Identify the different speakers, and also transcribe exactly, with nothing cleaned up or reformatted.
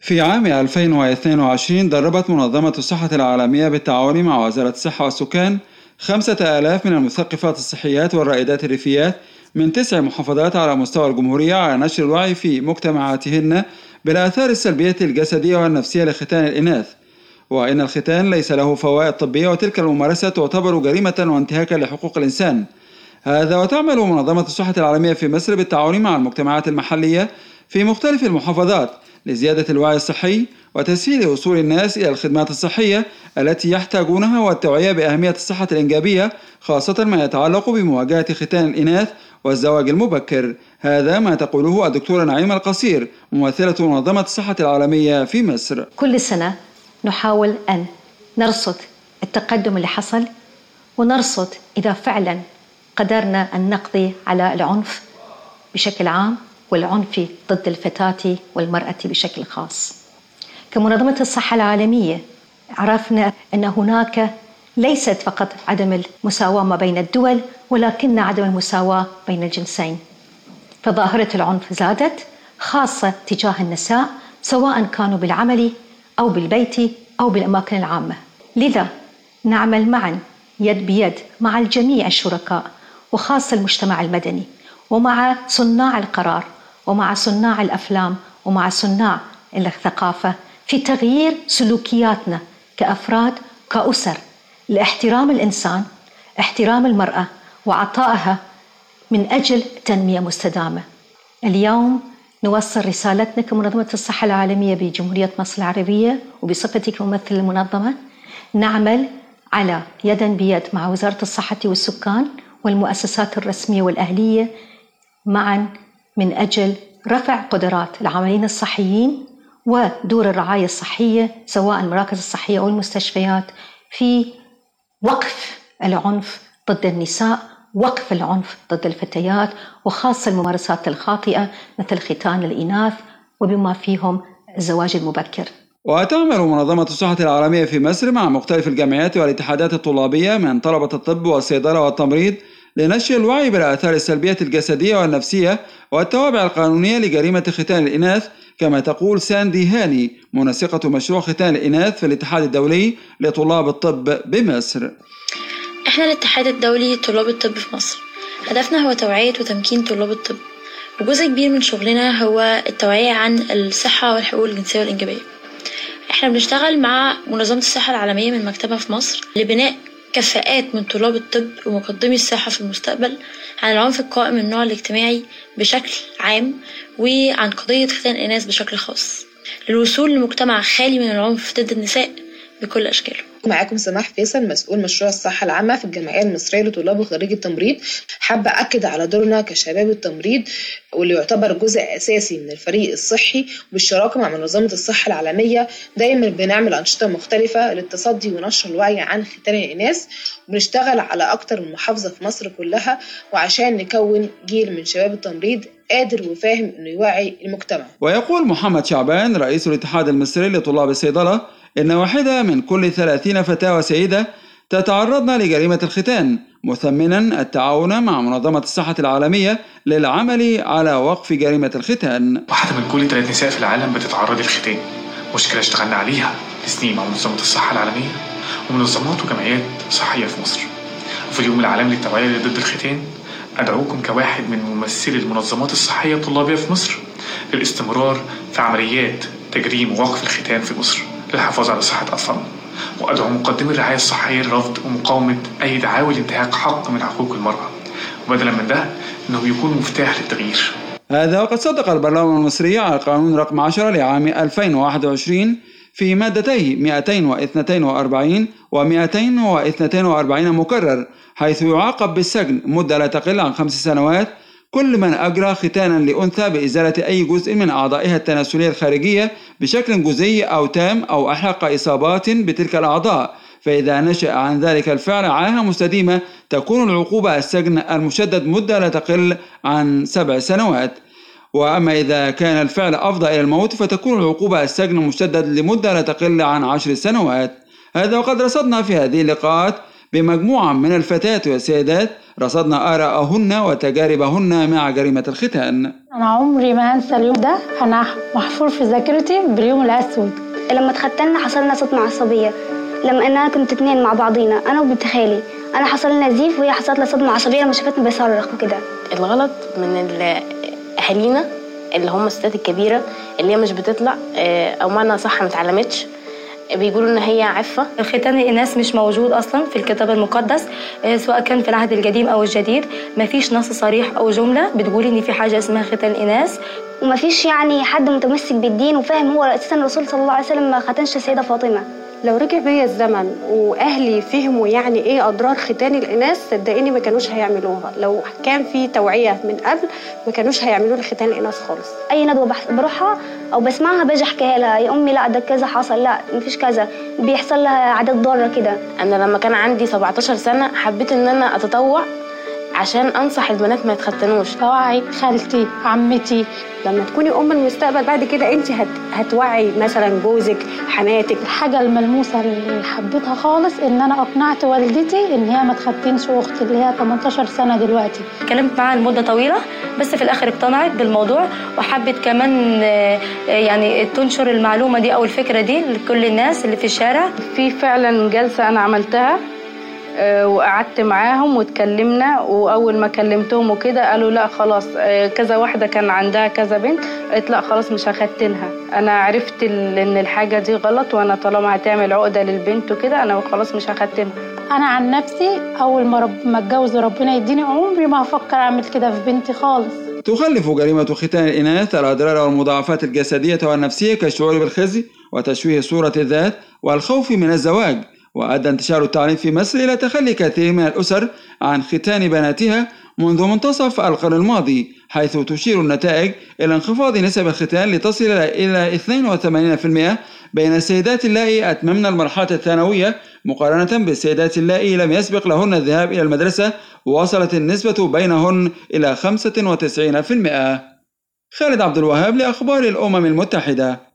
Speaker 1: في عام ألفين واثنين وعشرين دربت منظمة الصحة العالمية بالتعاون مع وزارة الصحة والسكان خمسة آلاف من المثقفات الصحيات والرائدات الريفيات من تسع محافظات على مستوى الجمهورية على نشر الوعي في مجتمعاتهن بالآثار السلبية الجسدية والنفسية لختان الإناث، وإن الختان ليس له فوائد طبية وتلك الممارسة تعتبر جريمة وانتهاكا لحقوق الإنسان. هذا وتعمل منظمة الصحة العالمية في مصر بالتعاون مع المجتمعات المحلية في مختلف المحافظات لزيادة الوعي الصحي وتسهيل وصول الناس إلى الخدمات الصحية التي يحتاجونها والتوعية بأهمية الصحة الإنجابية، خاصة ما يتعلق بمواجهة ختان الإناث والزواج المبكر. هذا ما تقوله الدكتورة نعيمة القصير ممثلة منظمة الصحة العالمية في مصر.
Speaker 2: كل سنة نحاول أن نرصد التقدم اللي حصل ونرصد إذا فعلا قدرنا أن نقضي على العنف بشكل عام والعنف ضد الفتاة والمرأة بشكل خاص. كمنظمة الصحة العالمية عرفنا أن هناك ليست فقط عدم المساواة ما بين الدول ولكن عدم المساواة بين الجنسين، فظاهرة العنف زادت خاصة تجاه النساء سواء كانوا بالعمل أو بالبيت أو بالأماكن العامة. لذا نعمل معا يد بيد مع الجميع الشركاء وخاصة المجتمع المدني ومع صناع القرار ومع صناع الأفلام ومع صناع الثقافة في تغيير سلوكياتنا كأفراد كأسر لاحترام الإنسان، احترام المرأة وعطائها من أجل تنمية مستدامة. اليوم نوصل رسالتنا كمنظمة الصحة العالمية بجمهورية مصر العربية وبصفتي كممثل المنظمة، نعمل على يدا بيد مع وزارة الصحة والسكان والمؤسسات الرسمية والأهلية معا من أجل رفع قدرات العاملين الصحيين ودور الرعاية الصحية سواء المراكز الصحية أو المستشفيات في وقف العنف ضد النساء، وقف العنف ضد الفتيات وخاصة الممارسات الخاطئة مثل ختان الإناث وبما فيهم الزواج المبكر.
Speaker 1: وتعمل منظمة الصحة العالمية في مصر مع مختلف الجمعيات والاتحادات الطلابية من طلبة الطب والصيدلة والتمريض لنشر الوعي بالآثار السلبية الجسدية والنفسية والتوابع القانونية لجريمة ختان الإناث، كما تقول ساندي هاني منسقة مشروع ختان الإناث في الاتحاد الدولي لطلاب الطب بمصر.
Speaker 3: احنا الاتحاد الدولي لطلاب الطب في مصر هدفنا هو توعية وتمكين طلاب الطب، وجزء كبير من شغلنا هو التوعية عن الصحة والحقوق الجنسية والإنجابية. احنا بنشتغل مع منظمة الصحة العالمية من مكتبها في مصر لبناء كفاءات من طلاب الطب ومقدمي الصحة في المستقبل عن العنف القائم من النوع الاجتماعي بشكل عام وعن قضية ختان الإناث بشكل خاص للوصول لمجتمع خالي من العنف ضد النساء بكل أشكاله.
Speaker 4: معاكم سماح فيصل مسؤول مشروع الصحة العامة في الجمعية المصرية لطلاب وخريجي التمريض. حابة أكد على دورنا كشباب التمريض واللي يعتبر جزء أساسي من الفريق الصحي بالشراكة مع منظمة الصحة العالمية. دايما بنعمل أنشطة مختلفة للتصدي ونشر الوعي عن ختان الإناث، وبنشتغل على أكتر من محافظة في مصر كلها وعشان نكون جيل من شباب التمريض قادر وفاهم إنه يوعي المجتمع.
Speaker 1: ويقول محمد شعبان رئيس الاتحاد المصري لطلاب الصيدلة إن واحدة من كل ثلاثين فتاة وسيدة تتعرضن لجريمة الختان، مثمنا التعاون مع منظمة الصحة العالمية للعمل على وقف جريمة الختان.
Speaker 5: واحدة من كل ثلاث نساء في العالم بتتعرض للختان، مشكلة اشتغلنا عليها لسنين مع منظمة الصحة العالمية ومنظمات وجمعيات صحية في مصر. وفي اليوم العالمي للتوعية ضد الختان أدعوكم كواحد من ممثلي المنظمات الصحية الطلابية في مصر للاستمرار في عمليات تجريم ووقف الختان في مصر للحفاظ على صحة أطفالنا، وأدعو مقدمي الرعاية الصحية لرفض ومقاومة أي دعاوى لانتهاك حق من حقوق المرأة، وبدلا من ده إنه يكون مفتاح للتغيير.
Speaker 1: هذا وقد صدق البرلمان المصري على قانون رقم عشرة لعام ألفين وواحد وعشرين في مادتي مئتين واثنين وأربعين و مئتين واثنين وأربعين مكرر، حيث يعاقب بالسجن مدة لا تقل عن خمس سنوات كل من أجرى ختانا لأنثى بإزالة أي جزء من أعضائها التناسلية الخارجية بشكل جزئي أو تام أو أحرق إصابات بتلك الأعضاء، فإذا نشأ عن ذلك الفعل عاهة مستديمة تكون العقوبة السجن المشدد مدة لا تقل عن سبع سنوات. وأما إذا كان الفعل أفضى إلى الموت فتكون العقوبة السجن المشدد لمدة لا تقل عن عشر سنوات. هذا وقد رصدنا في هذه اللقاءات بمجموعة من الفتيات والسيدات رصدنا آراءهن وتجاربهن مع جريمة الختان.
Speaker 6: أنا عمري ما هنسى اليوم ده، أنا محفور في ذاكرتي باليوم الأسود.
Speaker 7: لما اتختلنا حصل لنا صدمة عصبية، لما أنا كنت اتنين مع بعضينا أنا وبنت خالي، أنا حصل لنا نزيف وهي حصلت لها صدمة عصبية لما شافتني بصرخ وكده.
Speaker 8: الغلط من أهالينا اللي هم الستات الكبيرة اللي هي مش بتطلع أو معنى صح ما اتعلمتش، بيقولوا ان هي عفه.
Speaker 2: الختان الاناث مش موجود اصلا في الكتاب المقدس، سواء كان في العهد القديم او الجديد، ما فيش نص صريح او جمله بتقول ان في حاجه اسمها ختان الاناث،
Speaker 7: وما فيش يعني حد متمسك بالدين وفاهم هو اساسا الرسول صلى الله عليه وسلم ما ختنش السيده فاطمه.
Speaker 9: لو رجع بيا الزمن واهلي فهموا يعني ايه اضرار ختان الاناث صدقيني ما كانوش هيعملوها، لو كان في توعيه من قبل ما كانوش هيعملوا لي ختان الاناث خالص.
Speaker 7: اي ندوه بروحها او بسمعها باجي احكيها لها، يا امي لا ده كذا حصل، لا مفيش كذا، بيحصل لها عادات ضاره كده.
Speaker 8: انا لما كان عندي سبعتاشر سنه حبيت ان انا اتطوع عشان انصح البنات ما يتختنوش.
Speaker 6: توعي خالتي عمتي،
Speaker 9: لما تكوني ام المستقبل بعد كده انت هت... هتوعي مثلا جوزك حماتك.
Speaker 6: الحاجه الملموسه اللي حبيتها خالص ان انا اقنعت والدتي ان هي ما تختنش اختي اللي هي تمنتاشر سنه دلوقتي.
Speaker 2: اتكلمت معاها لمده طويله بس في الاخر اقتنعت بالموضوع وحبت كمان يعني تنشر المعلومه دي او الفكره دي لكل الناس اللي في الشارع.
Speaker 10: في فعلا جلسه انا عملتها وقعدت معاهم واتكلمنا، واول ما كلمتهم وكده قالوا لا خلاص، كذا واحده كان عندها كذا بنت قالت لا خلاص مش هختنها. انا عرفت ان الحاجه دي غلط، وانا طالما هتعمل عقده للبنت وكده انا خلاص مش هختنها.
Speaker 6: انا عن نفسي اول ما رب ما اتجوز ربنا يديني عمري ما هفكر اعمل كده في بنتي خالص.
Speaker 1: تخلف جريمه ختان الاناث الاضرار والمضاعفات الجسديه والنفسيه كالشعور بالخزي وتشويه صوره الذات والخوف من الزواج، وأدى انتشار التعليم في مصر إلى تخلي كثير من الأسر عن ختان بناتها منذ منتصف القرن الماضي، حيث تشير النتائج إلى انخفاض نسب الختان لتصل إلى اثنين وثمانين بالمئة بين السيدات اللائي أتممن المرحلة الثانوية مقارنة بالسيدات اللائي لم يسبق لهن الذهاب إلى المدرسة، ووصلت النسبة بينهن إلى خمسة وتسعين بالمئة. خالد عبد الوهاب لأخبار الأمم المتحدة.